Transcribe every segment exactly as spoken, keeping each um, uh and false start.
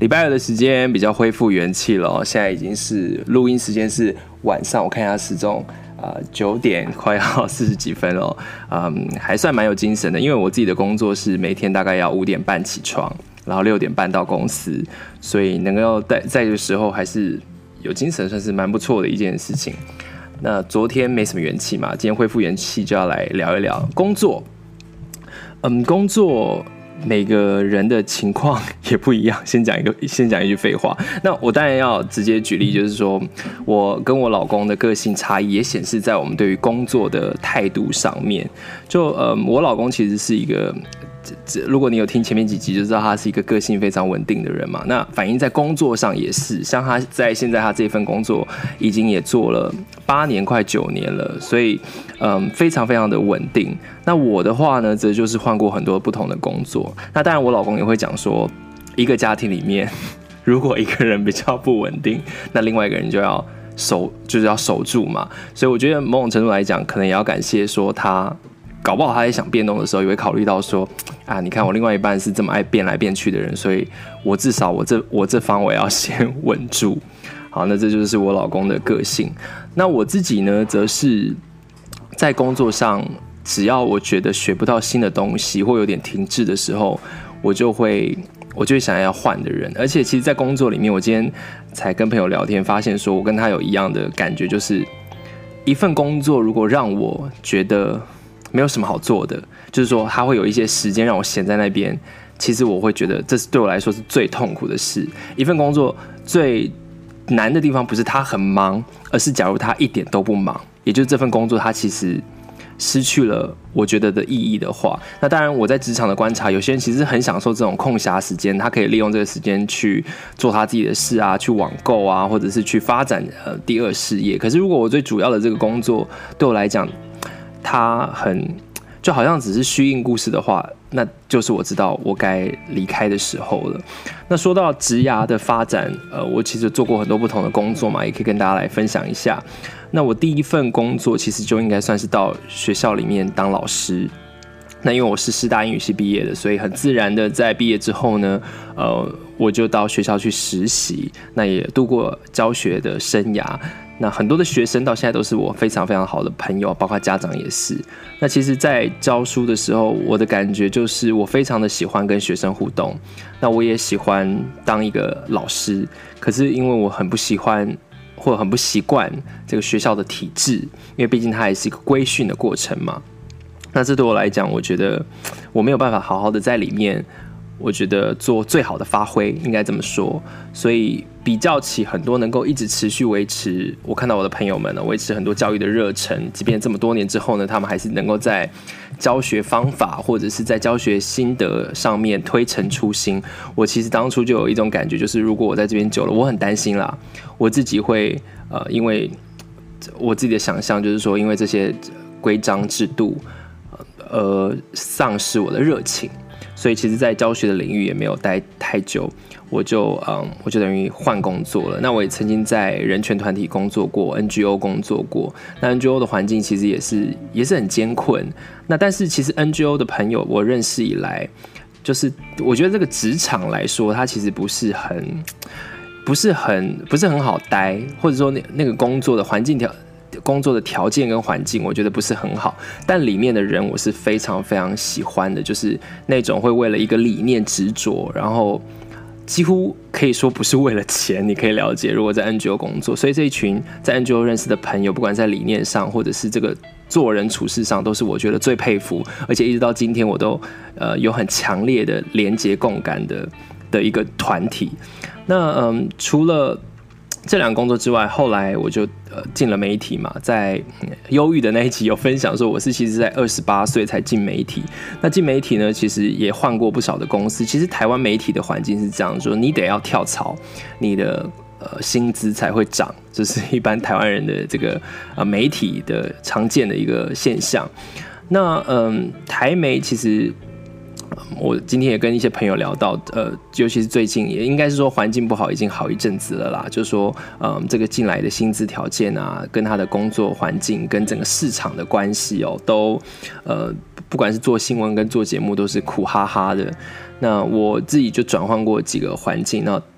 礼拜二的时间比较恢复元气了、哦，现在已经是录音时间是晚上，我看一下时钟，呃，九点快要四十几分了、哦，嗯，还算蛮有精神的，因为我自己的工作是每天大概要五点半起床，然后六点半到公司，所以能够在在这个时候还是有精神，算是蛮不错的一件事情。那昨天没什么元气嘛，今天恢复元气就要来聊一聊工作。嗯，工作。每个人的情况也不一样，先讲一个，先讲一句废话。那我当然要直接举例，就是说我跟我老公的个性差异也显示在我们对于工作的态度上面。就呃，我老公其实是一个，如果你有听前面几集就知道他是一个个性非常稳定的人嘛。那反映在工作上也是，像他在现在他这份工作已经也做了八年快九年了，所以嗯非常非常的稳定。那我的话呢，则就是换过很多不同的工作。那当然，我老公也会讲说，一个家庭里面，如果一个人比较不稳定，那另外一个人就要守，就是要守住嘛。所以我觉得某种程度来讲，可能也要感谢说他，搞不好他在想变动的时候，也会考虑到说，啊，你看我另外一半是这么爱变来变去的人，所以我至少我这我这方我要先稳住。好，那这就是我老公的个性。那我自己呢，则是在工作上。只要我觉得学不到新的东西或有点停滞的时候，我就会我就会想要换的人。而且其实在工作里面，我今天才跟朋友聊天，发现说我跟他有一样的感觉，就是一份工作如果让我觉得没有什么好做的，就是说他会有一些时间让我闲在那边，其实我会觉得这是对我来说是最痛苦的事。一份工作最难的地方不是他很忙，而是假如他一点都不忙，也就是这份工作他其实失去了我觉得的意义的话，那当然我在职场的观察，有些人其实很享受这种空暇时间，他可以利用这个时间去做他自己的事啊，去网购啊，或者是去发展呃第二事业。可是如果我最主要的这个工作对我来讲，它很就好像只是虚应故事的话，那就是我知道我该离开的时候了。那说到职涯的发展，呃，我其实做过很多不同的工作嘛，也可以跟大家来分享一下。那我第一份工作其实就应该算是到学校里面当老师。那因为我是师大英语系毕业的，所以很自然的在毕业之后呢，呃，我就到学校去实习，那也度过教学的生涯。那很多的学生到现在都是我非常非常好的朋友，包括家长也是。那其实在教书的时候，我的感觉就是我非常的喜欢跟学生互动，那我也喜欢当一个老师，可是因为我很不喜欢或者很不习惯这个学校的体制，因为毕竟它还是一个规训的过程嘛。那这对我来讲，我觉得我没有办法好好的在里面，我觉得做最好的发挥，应该这么说。所以比较起很多能够一直持续维持，我看到我的朋友们呢，维持很多教育的热忱，即便这么多年之后呢，他们还是能够在教学方法或者是在教学心得上面推陈出新。我其实当初就有一种感觉，就是如果我在这边久了，我很担心啦，我自己会呃，因为我自己的想象就是说，因为这些规章制度，呃，丧失我的热情。所以其实在教学的领域也没有待太久，我就嗯，我就等于换工作了。那我也曾经在人权团体工作过 ，N G O 工作过。那 N G O 的环境其实也是也是很艰困。那但是其实 N G O 的朋友我认识以来，就是我觉得这个职场来说，它其实不是很不是很不是很好待，或者说那那个工作的环境条。工作的条件跟环境我觉得不是很好，但里面的人我是非常非常喜欢的，就是那种会为了一个理念执着，然后几乎可以说不是为了钱，你可以了解，如果在 N G O 工作，所以这一群在 N G O 认识的朋友，不管在理念上或者是这个做人处事上，都是我觉得最佩服，而且一直到今天我都呃有很强烈的连结共感的的一个团体。那嗯，除了这两个工作之外，后来我就呃进了媒体嘛，在忧郁的那一集有分享说，我是其实在二十八岁才进媒体。那进媒体呢，其实也换过不少的公司。其实台湾媒体的环境是这样说，你得要跳槽，你的呃薪资才会涨，这是一般台湾人的这个呃媒体的常见的一个现象。那嗯，台媒其实。我今天也跟一些朋友聊到，呃，尤其是最近，也应该是说环境不好，已经好一阵子了啦。就是说，嗯，这个进来的薪资条件啊，跟他的工作环境，跟整个市场的关系哦，都，呃，不管是做新闻跟做节目，都是苦哈哈的。那我自己就转换过几个环境，那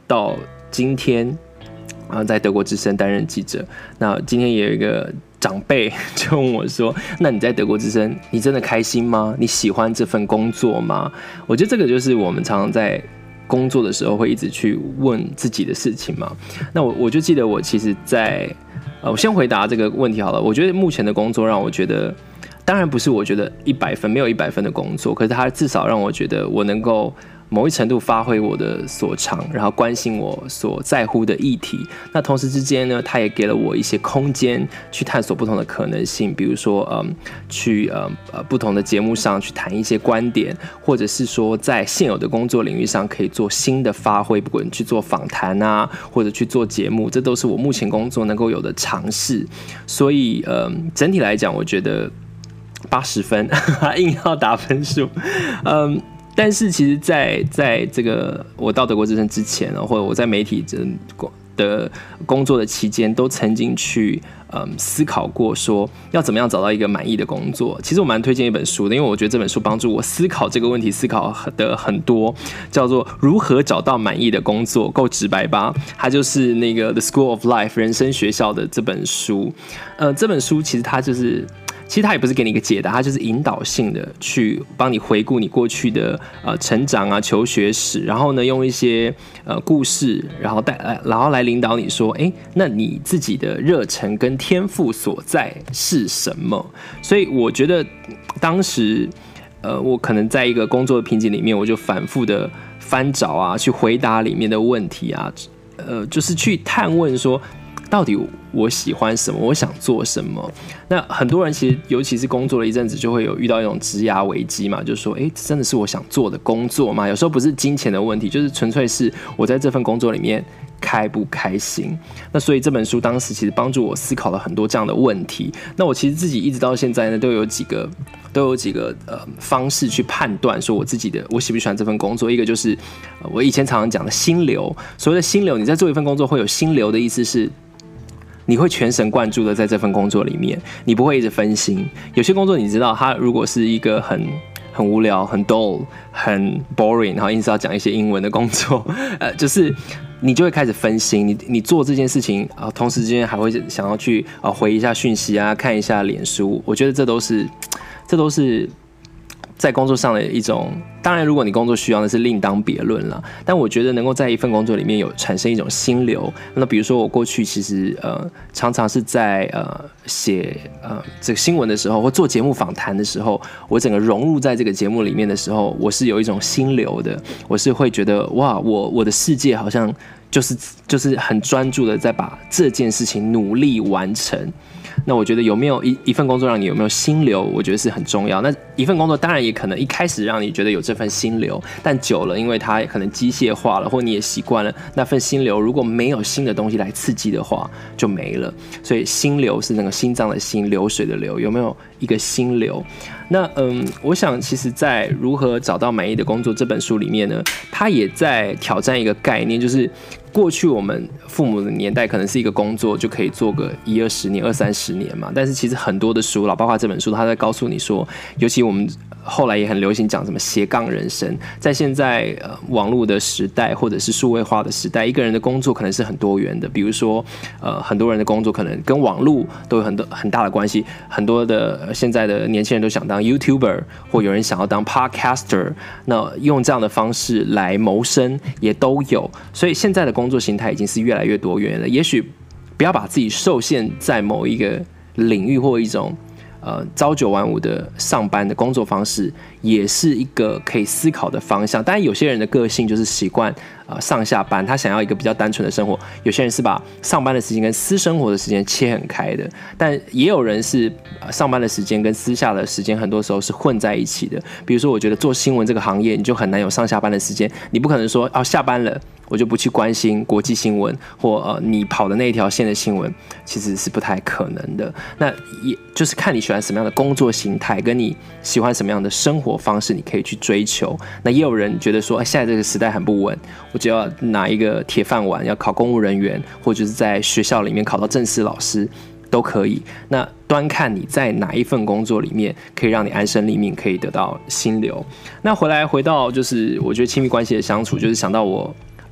到今天啊、呃，在德国之声担任记者。那今天也有一个长辈就问我说：“那你在德国之声，你真的开心吗？你喜欢这份工作吗？”我觉得这个就是我们常常在工作的时候会一直去问自己的事情嘛。那我我就记得我其实在，在呃，我先回答这个问题好了。我觉得目前的工作让我觉得，当然不是我觉得一百分，没有一百分的工作，可是它至少让我觉得我能够某一程度发挥我的所长，然后关心我所在乎的议题。那同时之间呢，它也给了我一些空间去探索不同的可能性，比如说，嗯，去呃呃不同的节目上去谈一些观点，或者是说在现有的工作领域上可以做新的发挥，不管去做访谈啊，或者去做节目，这都是我目前工作能够有的尝试。所以，嗯，整体来讲，我觉得八十分，硬要打分数，嗯。但是其实在，在在这个我到德国之声之前，或者我在媒体的工作的期间，都曾经去嗯思考过，说要怎么样找到一个满意的工作。其实我蛮推荐一本书的，因为我觉得这本书帮助我思考这个问题，思考的很多，叫做《如何找到满意的工作》，够直白吧？它就是那个《The School of Life》人生学校的这本书。呃，这本书其实它就是。其实它也不是给你一个解答，它就是引导性的去帮你回顾你过去的呃成长啊、求学史，然后呢用一些呃故事，然后带然后来领导你说，哎，那你自己的热忱跟天赋所在是什么？所以我觉得当时呃我可能在一个工作的瓶颈里面，我就反复的翻找啊，去回答里面的问题啊，呃，就是去探问说。到底我喜欢什么？我想做什么？那很多人其实，尤其是工作了一阵子，就会有遇到一种职涯危机嘛，就是说，哎，这真的是我想做的工作吗？有时候不是金钱的问题，就是纯粹是我在这份工作里面开不开心。那所以这本书当时其实帮助我思考了很多这样的问题。那我其实自己一直到现在呢，都有几个都有几个呃方式去判断说我自己的我喜不喜欢这份工作。一个就是、呃、我以前常常讲的心流。所谓的心流，你在做一份工作会有心流的意思是。你会全神贯注的在这份工作里面，你不会一直分心。有些工作你知道，它如果是一个很很无聊、很 dull、很 boring， 然后硬是要讲一些英文的工作，呃，就是你就会开始分心。你你做这件事情啊、呃，同时之间还会想要去啊、呃、回一下讯息啊，看一下脸书。我觉得这都是这都是。在工作上的一种，当然，如果你工作需要，那是另当别论了。但我觉得能够在一份工作里面有产生一种心流。那比如说，我过去其实呃常常是在呃写呃这个新闻的时候，或做节目访谈的时候，我整个融入在这个节目里面的时候，我是有一种心流的。我是会觉得哇，我我的世界好像就是就是很专注的在把这件事情努力完成。那我觉得有没有 一, 一份工作让你有没有心流，我觉得是很重要。那一份工作当然也可能一开始让你觉得有这份心流，但久了，因为它可能机械化了，或你也习惯了那份心流，如果没有新的东西来刺激的话，就没了。所以心流是那个心脏的心，流水的流，有没有一个心流？那嗯，我想其实在《如何找到满意的工作》这本书里面呢，它也在挑战一个概念，就是过去我们父母的年代可能是一个工作就可以做个一二十年、二三十年嘛，但是其实很多的书，包括这本书，它在告诉你说，尤其我们后来也很流行讲什么斜杠人生，在现在呃网络的时代或者是数位化的时代，一个人的工作可能是很多元的，比如说呃很多人的工作可能跟网络都有很多很大的关系，很多的、呃、现在的年轻人都想当 YouTuber， 或有人想要当 Podcaster， 那用这样的方式来谋生也都有，所以现在的工作形态已经是越来越多元了。也许不要把自己受限在某一个领域或一种呃朝九晚五的上班的工作方式，也是一个可以思考的方向。当然，有些人的个性就是习惯呃上下班，他想要一个比较单纯的生活；有些人是把上班的时间跟私生活的时间切很开的，但也有人是、呃、上班的时间跟私下的时间很多时候是混在一起的。比如说，我觉得做新闻这个行业，你就很难有上下班的时间，你不可能说哦下班了我就不去关心国际新闻或呃你跑的那一条线的新闻，其实是不太可能的。那也就是看你喜欢什么样的工作形态，跟你喜欢什么样的生活方式，你可以去追求。那也有人觉得说，哎，现在这个时代很不稳，我就要拿一个铁饭碗，要考公务人员，或者是在学校里面考到正式老师。都可以，那端看你在哪一份工作里面可以让你安身立命，可以得到心流。那回来回到就是我觉得亲密关系的相处，就是想到我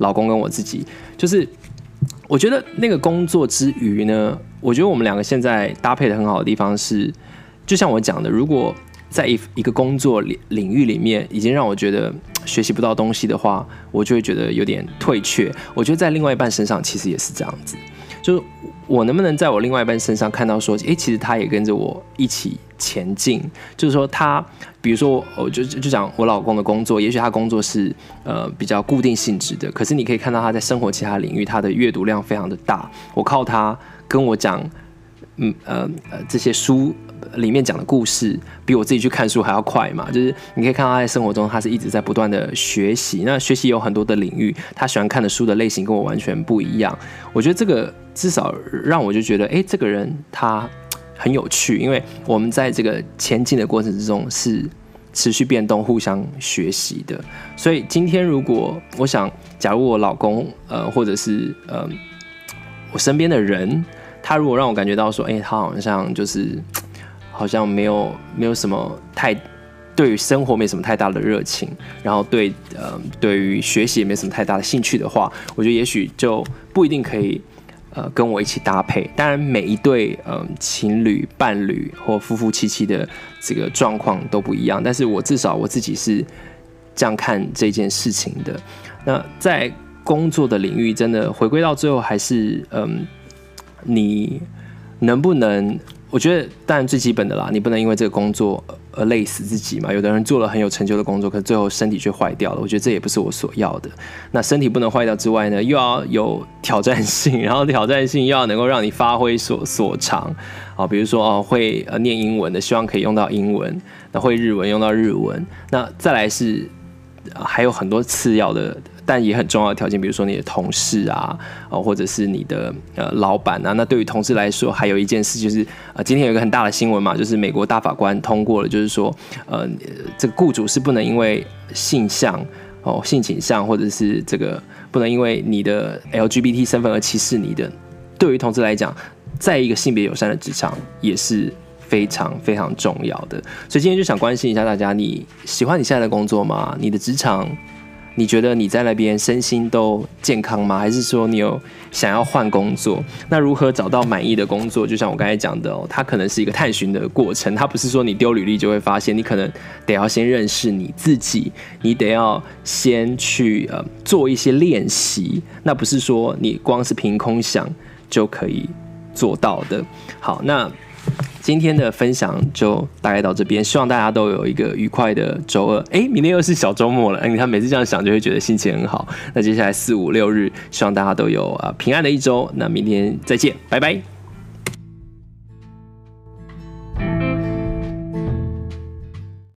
老公跟我自己，就是我觉得那个工作之余呢，我觉得我们两个现在搭配的很好的地方是，就像我讲的，如果在一一个工作领域里面已经让我觉得学习不到东西的话，我就会觉得有点退却。我觉得在另外一半身上其实也是这样子，就是我能不能在我另外一半身上看到说，哎，其实他也跟着我一起前进。就是说他，比如说，我就就讲我老公的工作，也许他工作是呃比较固定性质的，可是你可以看到他在生活其他领域，他的阅读量非常的大。我靠他跟我讲，嗯呃呃这些书里面讲的故事，比我自己去看书还要快嘛。就是你可以看到他在生活中，他是一直在不断的学习。那学习有很多的领域，他喜欢看的书的类型跟我完全不一样。我觉得这个至少让我就觉得，哎，这个人他很有趣，因为我们在这个前进的过程之中是持续变动、互相学习的。所以今天如果我想，假如我老公呃，或者是呃我身边的人，他如果让我感觉到说，哎，他好像就是好像没有没有什么太对于生活没什么太大的热情，然后对呃对于学习也没什么太大的兴趣的话，我觉得也许就不一定可以呃跟我一起搭配。当然，每一对呃情侣、伴侣或夫夫妻妻的这个状况都不一样，但是我至少我自己是这样看这件事情的。那在工作的领域，真的回归到最后还是嗯。你能不能？我觉得当然最基本的啦，你不能因为这个工作而累死自己嘛。有的人做了很有成就的工作，可是最后身体却坏掉了。我觉得这也不是我所要的。那身体不能坏掉之外呢，又要有挑战性，然后挑战性又要能够让你发挥所所长。好，比如说哦，会呃念英文的，希望可以用到英文；那会日文用到日文。那再来是、呃、还有很多次要的。但也很重要的条件，比如说你的同事啊，哦、或者是你的呃老板啊。那对于同事来说，还有一件事就是，呃，今天有一个很大的新闻嘛，就是美国大法官通过了，就是说，呃，这个雇主是不能因为性向、哦性倾向，或者是这个不能因为你的 L G B T 身份而歧视你的。对于同志来讲，在一个性别友善的职场也是非常非常重要的。所以今天就想关心一下大家，你喜欢你现在的工作吗？你的职场？你觉得你在那边身心都健康吗？还是说你有想要换工作？那如何找到满意的工作？就像我刚才讲的哦，它可能是一个探寻的过程，它不是说你丢履历就会发现，你可能得要先认识你自己，你得要先去呃做一些练习，那不是说你光是凭空想就可以做到的。好，那今天的分享就大概到这边，希望大家都有一个愉快的周二。哎，明天又是小周末了，你看每次这样想就会觉得心情很好。那接下来四五六日，希望大家都有、呃、平安的一周。那明天再见，拜拜。